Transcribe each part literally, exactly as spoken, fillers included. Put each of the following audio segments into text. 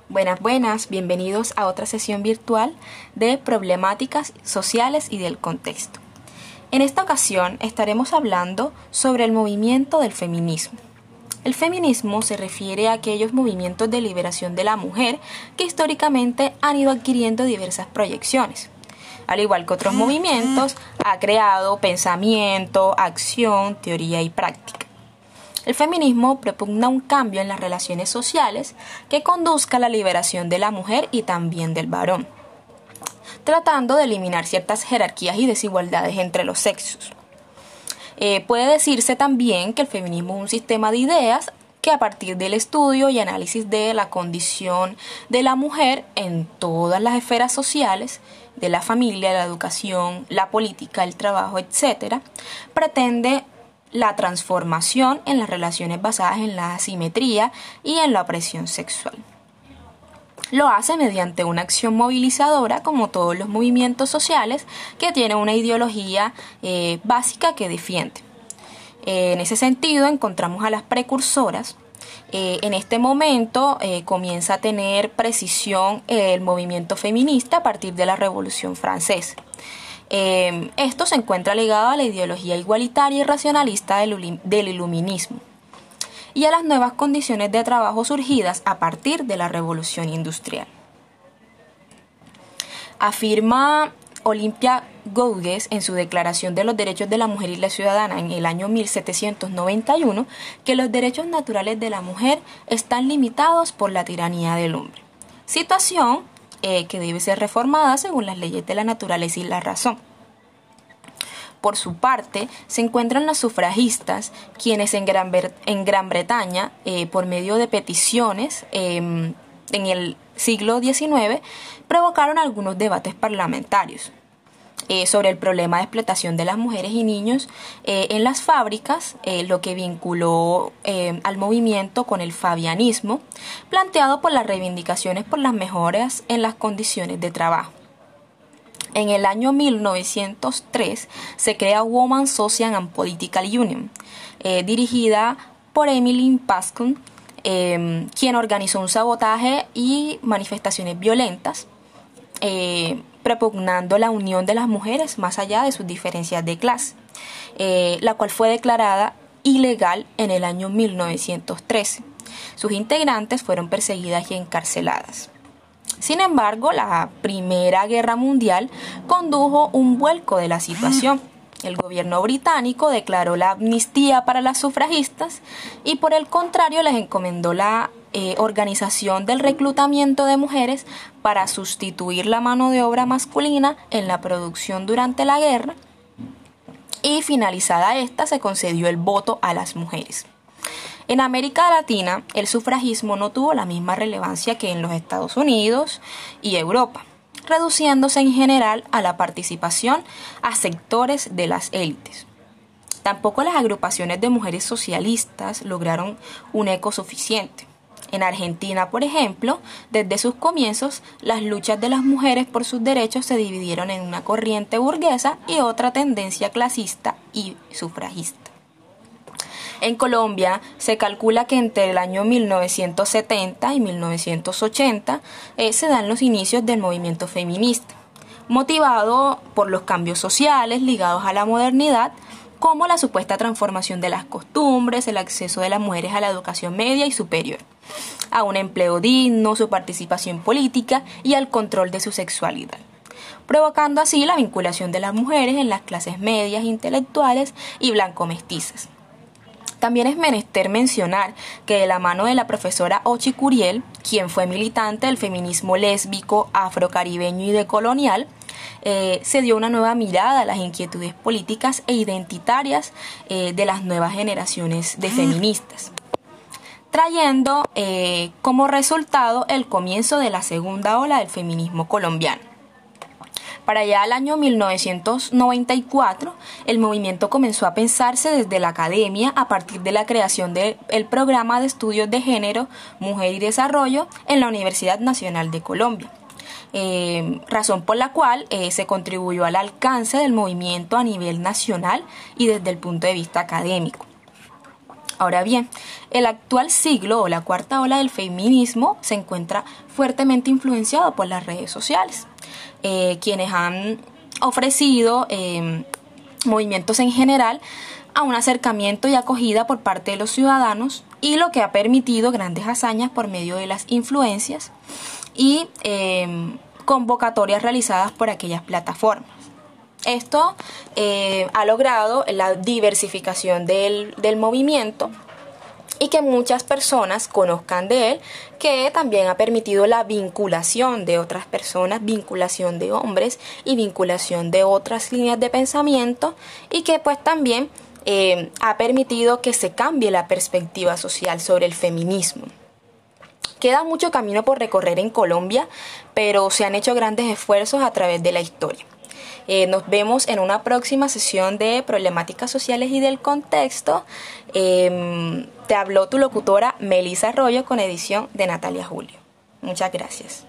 Buenas, buenas, bienvenidos a otra sesión virtual de problemáticas sociales y del contexto. En esta ocasión estaremos hablando sobre el movimiento del feminismo. El feminismo se refiere a aquellos movimientos de liberación de la mujer que históricamente han ido adquiriendo diversas proyecciones. Al igual que otros movimientos, ha creado pensamiento, acción, teoría y práctica. El feminismo propugna un cambio en las relaciones sociales que conduzca a la liberación de la mujer y también del varón, tratando de eliminar ciertas jerarquías y desigualdades entre los sexos. Eh, puede decirse también que el feminismo es un sistema de ideas que a partir del estudio y análisis de la condición de la mujer en todas las esferas sociales, de la familia, la educación, la política, el trabajo, etcétera, pretende la transformación en las relaciones basadas en la asimetría y en la opresión sexual. Lo hace mediante una acción movilizadora, como todos los movimientos sociales que tienen una ideología eh, básica que defiende. Eh, en ese sentido encontramos a las precursoras. Eh, en este momento eh, comienza a tener precisión eh, el movimiento feminista a partir de la Revolución Francesa. Eh, esto se encuentra ligado a la ideología igualitaria y racionalista del, del iluminismo y a las nuevas condiciones de trabajo surgidas a partir de la Revolución Industrial. Afirma Olympia Gouges en su Declaración de los Derechos de la Mujer y la Ciudadana en el año mil setecientos noventa y uno que los derechos naturales de la mujer están limitados por la tiranía del hombre, situación eh, que debe ser reformada según las leyes de la naturaleza y la razón. Por su parte, se encuentran las sufragistas, quienes en Gran, Bre- en Gran Bretaña, eh, por medio de peticiones eh, en el siglo diecinueve, provocaron algunos debates parlamentarios eh, sobre el problema de explotación de las mujeres y niños eh, en las fábricas, eh, lo que vinculó eh, al movimiento con el fabianismo, planteado por las reivindicaciones por las mejoras en las condiciones de trabajo. En el año mil novecientos tres se crea Women's Social and Political Union, eh, dirigida por Emmeline Pascal, eh, quien organizó un sabotaje y manifestaciones violentas, eh, propugnando la unión de las mujeres más allá de sus diferencias de clase, eh, la cual fue declarada ilegal en el año mil novecientos trece. Sus integrantes fueron perseguidas y encarceladas. Sin embargo, la Primera Guerra Mundial condujo un vuelco de la situación. El gobierno británico declaró la amnistía para las sufragistas y por el contrario les encomendó la eh, organización del reclutamiento de mujeres para sustituir la mano de obra masculina en la producción durante la guerra, y finalizada esta se concedió el voto a las mujeres. En América Latina, el sufragismo no tuvo la misma relevancia que en los Estados Unidos y Europa, reduciéndose en general a la participación a sectores de las élites. Tampoco las agrupaciones de mujeres socialistas lograron un eco suficiente. En Argentina, por ejemplo, desde sus comienzos, las luchas de las mujeres por sus derechos se dividieron en una corriente burguesa y otra tendencia clasista y sufragista. En Colombia se calcula que entre el año mil novecientos setenta y mil novecientos ochenta eh, se dan los inicios del movimiento feminista, motivado por los cambios sociales ligados a la modernidad, como la supuesta transformación de las costumbres, el acceso de las mujeres a la educación media y superior, a un empleo digno, su participación política y al control de su sexualidad, provocando así la vinculación de las mujeres en las clases medias, intelectuales y blanco-mestizas. También es menester mencionar que de la mano de la profesora Ochi Curiel, quien fue militante del feminismo lésbico, afrocaribeño y decolonial, eh, se dio una nueva mirada a las inquietudes políticas e identitarias eh, de las nuevas generaciones de feministas, trayendo eh, como resultado el comienzo de la segunda ola del feminismo colombiano. Para allá al año mil novecientos noventa y cuatro, el movimiento comenzó a pensarse desde la academia a partir de la creación del programa de estudios de género, mujer y desarrollo en la Universidad Nacional de Colombia, eh, razón por la cual eh, se contribuyó al alcance del movimiento a nivel nacional y desde el punto de vista académico. Ahora bien, el actual siglo o la cuarta ola del feminismo se encuentra fuertemente influenciado por las redes sociales, eh, quienes han ofrecido eh, movimientos en general a un acercamiento y acogida por parte de los ciudadanos, y lo que ha permitido grandes hazañas por medio de las influencias y eh, convocatorias realizadas por aquellas plataformas. Esto eh, ha logrado la diversificación del, del movimiento y que muchas personas conozcan de él, que también ha permitido la vinculación de otras personas, vinculación de hombres y vinculación de otras líneas de pensamiento, y que pues también eh, ha permitido que se cambie la perspectiva social sobre el feminismo. Queda mucho camino por recorrer en Colombia, pero se han hecho grandes esfuerzos a través de la historia. Eh, nos vemos en una próxima sesión de Problemáticas Sociales y del Contexto. Eh, te habló tu locutora Melissa Arroyo, con edición de Natalia Julio. Muchas gracias.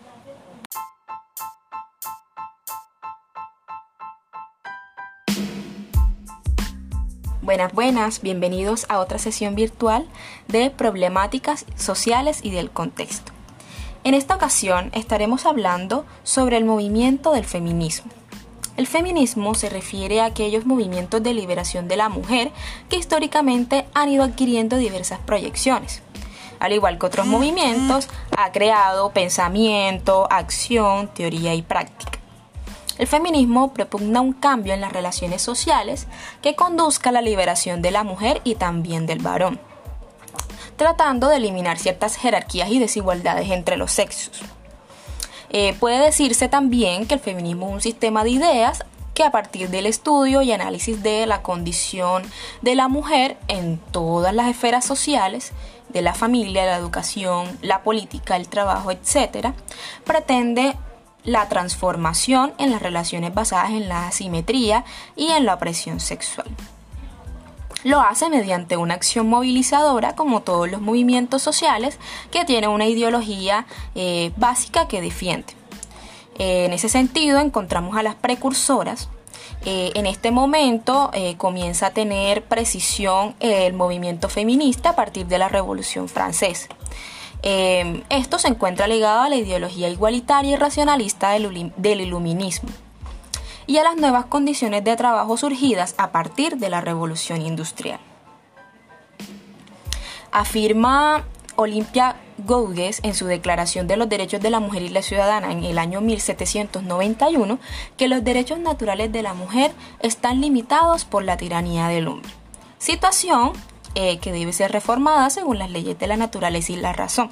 Buenas, buenas, bienvenidos a otra sesión virtual de Problemáticas Sociales y del Contexto. En esta ocasión estaremos hablando sobre el movimiento del feminismo. El feminismo se refiere a aquellos movimientos de liberación de la mujer que históricamente han ido adquiriendo diversas proyecciones. Al igual que otros movimientos, ha creado pensamiento, acción, teoría y práctica. El feminismo propugna un cambio en las relaciones sociales que conduzca a la liberación de la mujer y también del varón, tratando de eliminar ciertas jerarquías y desigualdades entre los sexos. Eh, puede decirse también que el feminismo es un sistema de ideas que, a partir del estudio y análisis de la condición de la mujer en todas las esferas sociales, de la familia, la educación, la política, el trabajo, etcétera, pretende la transformación en las relaciones basadas en la asimetría y en la opresión sexual. Lo hace mediante una acción movilizadora, como todos los movimientos sociales, que tiene una ideología eh, básica que defiende. Eh, en ese sentido encontramos a las precursoras. Eh, en este momento eh, comienza a tener precisión eh, el movimiento feminista a partir de la Revolución Francesa. Eh, esto se encuentra ligado a la ideología igualitaria y racionalista del, del iluminismo y a las nuevas condiciones de trabajo surgidas a partir de la Revolución Industrial. Afirma Olympia Gouges en su Declaración de los Derechos de la Mujer y la Ciudadana en el año mil setecientos noventa y uno que los derechos naturales de la mujer están limitados por la tiranía del hombre, situación eh, que debe ser reformada según las leyes de la naturaleza y la razón.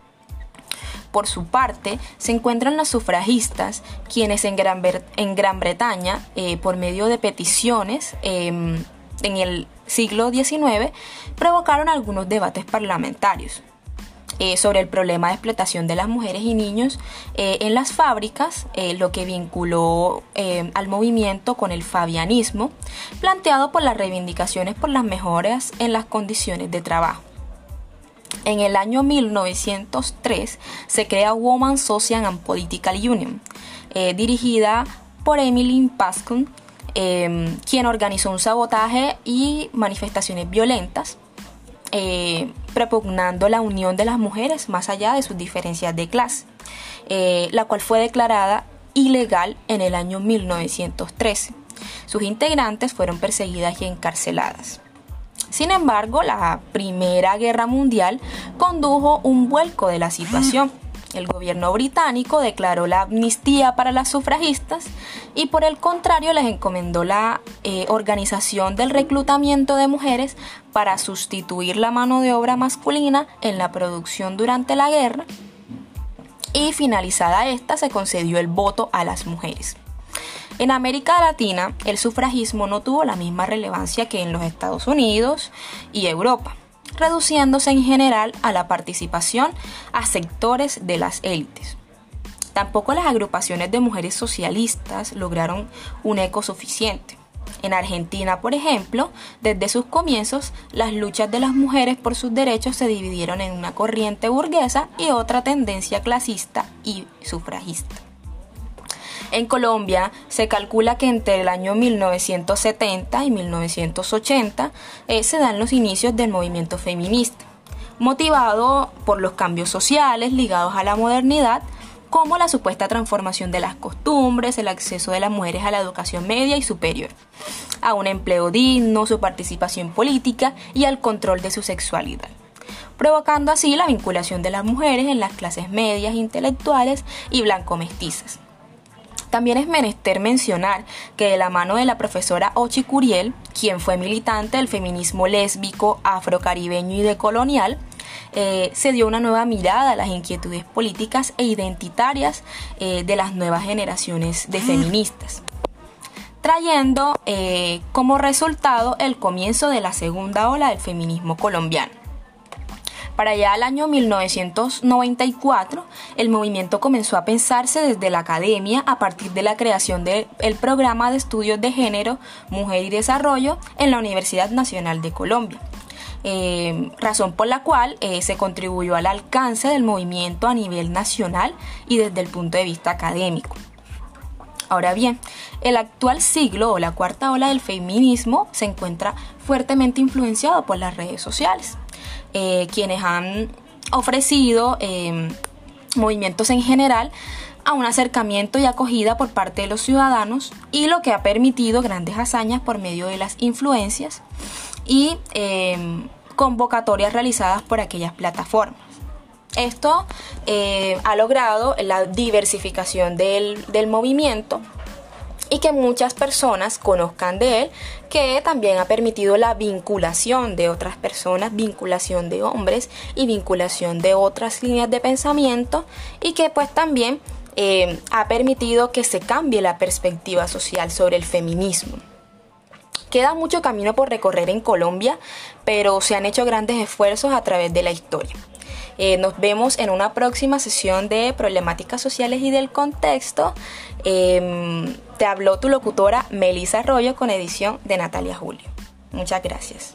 Por su parte, se encuentran las sufragistas, quienes en Gran, Bre- en Gran Bretaña, eh, por medio de peticiones eh, en el siglo diecinueve, provocaron algunos debates parlamentarios eh, sobre el problema de explotación de las mujeres y niños eh, en las fábricas, eh, lo que vinculó eh, al movimiento con el fabianismo, planteado por las reivindicaciones por las mejoras en las condiciones de trabajo. En el año mil novecientos tres se crea Women's Social and Political Union, eh, dirigida por Emmeline Pascal, eh, quien organizó un sabotaje y manifestaciones violentas, eh, propugnando la unión de las mujeres más allá de sus diferencias de clase, eh, la cual fue declarada ilegal en el año mil novecientos trece. Sus integrantes fueron perseguidas y encarceladas. Sin embargo, la Primera Guerra Mundial condujo un vuelco de la situación. El gobierno británico declaró la amnistía para las sufragistas y, por el contrario, les encomendó la eh, organización del reclutamiento de mujeres para sustituir la mano de obra masculina en la producción durante la guerra, y finalizada esta se concedió el voto a las mujeres. En América Latina, el sufragismo no tuvo la misma relevancia que en los Estados Unidos y Europa, reduciéndose en general a la participación a sectores de las élites. Tampoco las agrupaciones de mujeres socialistas lograron un eco suficiente. En Argentina, por ejemplo, desde sus comienzos, las luchas de las mujeres por sus derechos se dividieron en una corriente burguesa y otra tendencia clasista y sufragista. En Colombia se calcula que entre el año mil novecientos setenta y mil novecientos ochenta eh, se dan los inicios del movimiento feminista, motivado por los cambios sociales ligados a la modernidad, como la supuesta transformación de las costumbres, el acceso de las mujeres a la educación media y superior, a un empleo digno, su participación política y al control de su sexualidad, provocando así la vinculación de las mujeres en las clases medias, intelectuales y blanco-mestizas. También es menester mencionar que de la mano de la profesora Ochi Curiel, quien fue militante del feminismo lésbico, afrocaribeño y decolonial, eh, se dio una nueva mirada a las inquietudes políticas e identitarias eh, de las nuevas generaciones de feministas, trayendo eh, como resultado el comienzo de la segunda ola del feminismo colombiano. Para allá al año mil novecientos noventa y cuatro, el movimiento comenzó a pensarse desde la academia a partir de la creación del programa de estudios de género, mujer y desarrollo en la Universidad Nacional de Colombia, eh, razón por la cual eh, se contribuyó al alcance del movimiento a nivel nacional y desde el punto de vista académico. Ahora bien, el actual siglo o la cuarta ola del feminismo se encuentra fuertemente influenciado por las redes sociales. Eh, quienes han ofrecido eh, movimientos en general a un acercamiento y acogida por parte de los ciudadanos, y lo que ha permitido grandes hazañas por medio de las influencias y eh, convocatorias realizadas por aquellas plataformas. Esto eh, ha logrado la diversificación del, del movimiento y que muchas personas conozcan de él, que también ha permitido la vinculación de otras personas, vinculación de hombres y vinculación de otras líneas de pensamiento, y que pues también eh, ha permitido que se cambie la perspectiva social sobre el feminismo. Queda mucho camino por recorrer en Colombia, pero se han hecho grandes esfuerzos a través de la historia. Eh, nos vemos en una próxima sesión de Problemáticas Sociales y del Contexto. Eh, te habló tu locutora Melissa Arroyo, con edición de Natalia Julio. Muchas gracias.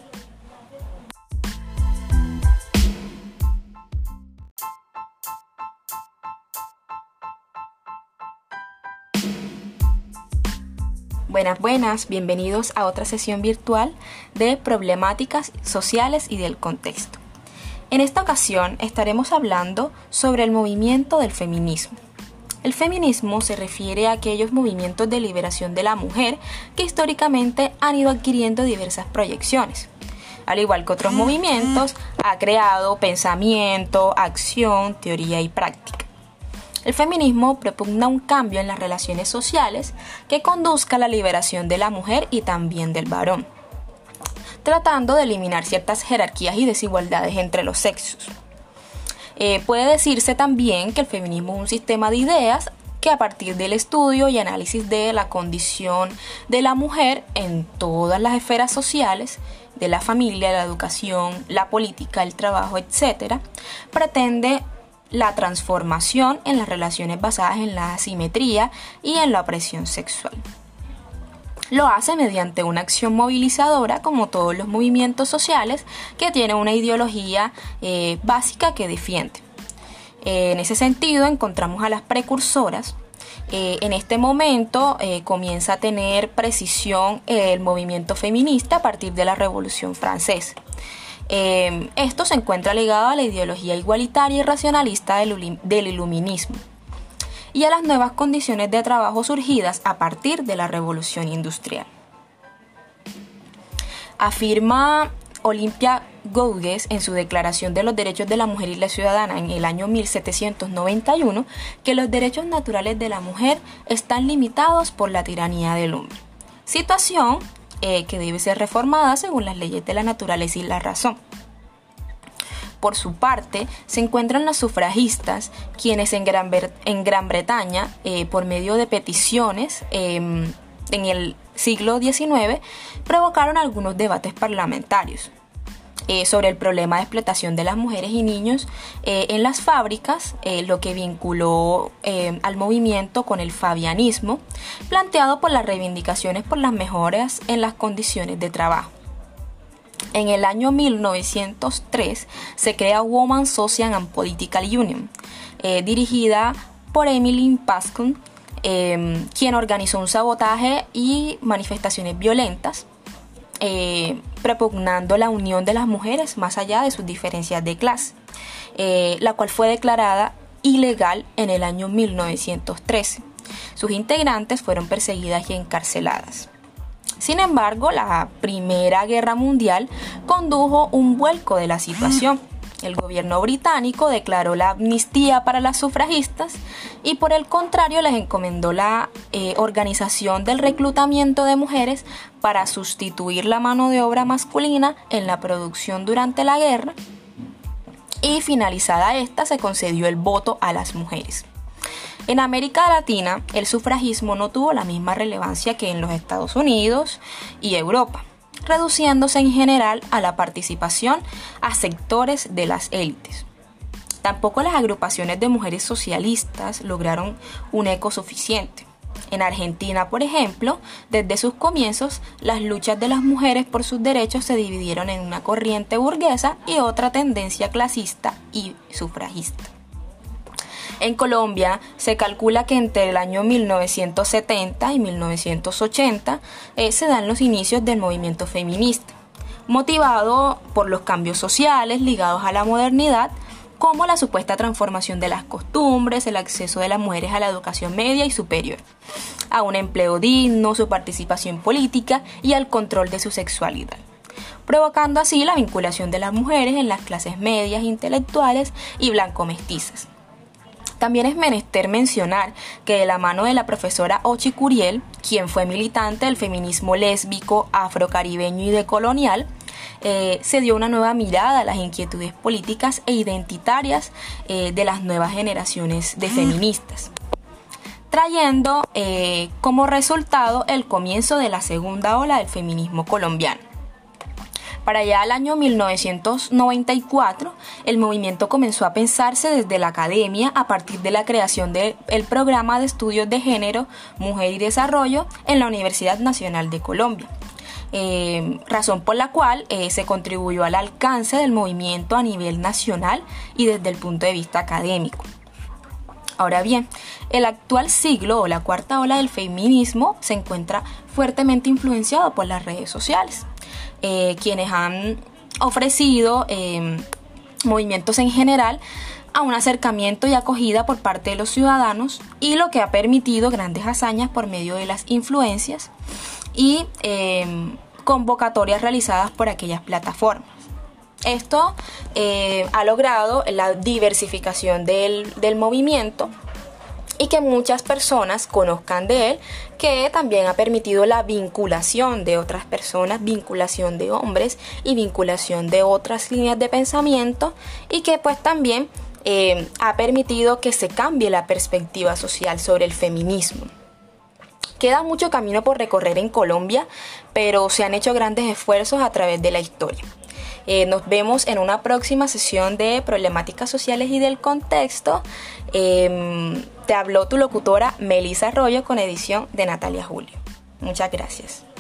Buenas, buenas, bienvenidos a otra sesión virtual de Problemáticas Sociales y del Contexto. En esta ocasión estaremos hablando sobre el movimiento del feminismo. El feminismo se refiere a aquellos movimientos de liberación de la mujer que históricamente han ido adquiriendo diversas proyecciones. Al igual que otros movimientos, ha creado pensamiento, acción, teoría y práctica. El feminismo propugna un cambio en las relaciones sociales que conduzca a la liberación de la mujer y también del varón, tratando de eliminar ciertas jerarquías y desigualdades entre los sexos. Eh, puede decirse también que el feminismo es un sistema de ideas que, a partir del estudio y análisis de la condición de la mujer en todas las esferas sociales, de la familia, la educación, la política, el trabajo, etcétera, pretende la transformación en las relaciones basadas en la asimetría y en la opresión sexual. Lo hace mediante una acción movilizadora, como todos los movimientos sociales, que tiene una ideología eh, básica que defiende. Eh, en ese sentido encontramos a las precursoras. Eh, en este momento eh, comienza a tener precisión eh, el movimiento feminista a partir de la Revolución Francesa. Eh, esto se encuentra ligado a la ideología igualitaria y racionalista del, del iluminismo y a las nuevas condiciones de trabajo surgidas a partir de la Revolución Industrial. Afirma Olympia Gouges en su Declaración de los Derechos de la Mujer y la Ciudadana en el año mil setecientos noventa y uno que los derechos naturales de la mujer están limitados por la tiranía del hombre, situación eh, que debe ser reformada según las leyes de la naturaleza y la razón. Por su parte, se encuentran las sufragistas, quienes en Gran, Bre- en Gran Bretaña, eh, por medio de peticiones eh, en el siglo diecinueve, provocaron algunos debates parlamentarios eh, sobre el problema de explotación de las mujeres y niños eh, en las fábricas, eh, lo que vinculó eh, al movimiento con el fabianismo, planteado por las reivindicaciones por las mejoras en las condiciones de trabajo. En el año mil novecientos tres se crea Women's Social and Political Union, eh, dirigida por Emmeline Pascal, eh, quien organizó un sabotaje y manifestaciones violentas, eh, propugnando la unión de las mujeres más allá de sus diferencias de clase, eh, la cual fue declarada ilegal en el año mil novecientos trece. Sus integrantes fueron perseguidas y encarceladas. Sin embargo, la Primera Guerra Mundial condujo un vuelco de la situación. El gobierno británico declaró la amnistía para las sufragistas y por el contrario les encomendó la eh, organización del reclutamiento de mujeres para sustituir la mano de obra masculina en la producción durante la guerra, y finalizada esta se concedió el voto a las mujeres. En América Latina, el sufragismo no tuvo la misma relevancia que en los Estados Unidos y Europa, reduciéndose en general a la participación a sectores de las élites. Tampoco las agrupaciones de mujeres socialistas lograron un eco suficiente. En Argentina, por ejemplo, desde sus comienzos, las luchas de las mujeres por sus derechos se dividieron en una corriente burguesa y otra tendencia clasista y sufragista. En Colombia se calcula que entre el año mil novecientos setenta y mil novecientos ochenta eh, se dan los inicios del movimiento feminista, motivado por los cambios sociales ligados a la modernidad, como la supuesta transformación de las costumbres, el acceso de las mujeres a la educación media y superior, a un empleo digno, su participación política y al control de su sexualidad, provocando así la vinculación de las mujeres en las clases medias, intelectuales y blanco-mestizas. También es menester mencionar que de la mano de la profesora Ochi Curiel, quien fue militante del feminismo lésbico, afrocaribeño y decolonial, eh, se dio una nueva mirada a las inquietudes políticas e identitarias eh, de las nuevas generaciones de feministas, trayendo eh, como resultado el comienzo de la segunda ola del feminismo colombiano. Para allá el año mil novecientos noventa y cuatro, el movimiento comenzó a pensarse desde la academia a partir de la creación del programa de estudios de género, mujer y desarrollo en la Universidad Nacional de Colombia, eh, razón por la cual eh, se contribuyó al alcance del movimiento a nivel nacional y desde el punto de vista académico. Ahora bien, el actual siglo o la cuarta ola del feminismo se encuentra fuertemente influenciado por las redes sociales. Eh, quienes han ofrecido eh, movimientos en general a un acercamiento y acogida por parte de los ciudadanos, y lo que ha permitido grandes hazañas por medio de las influencias y eh, convocatorias realizadas por aquellas plataformas. Esto eh, ha logrado la diversificación del, del movimiento y que muchas personas conozcan de él, que también ha permitido la vinculación de otras personas, vinculación de hombres y vinculación de otras líneas de pensamiento, y que pues también eh, ha permitido que se cambie la perspectiva social sobre el feminismo. Queda mucho camino por recorrer en Colombia, pero se han hecho grandes esfuerzos a través de la historia. Eh, nos vemos en una próxima sesión de Problemáticas Sociales y del Contexto. Eh, te habló tu locutora Melissa Arroyo con edición de Natalia Julio. Muchas gracias.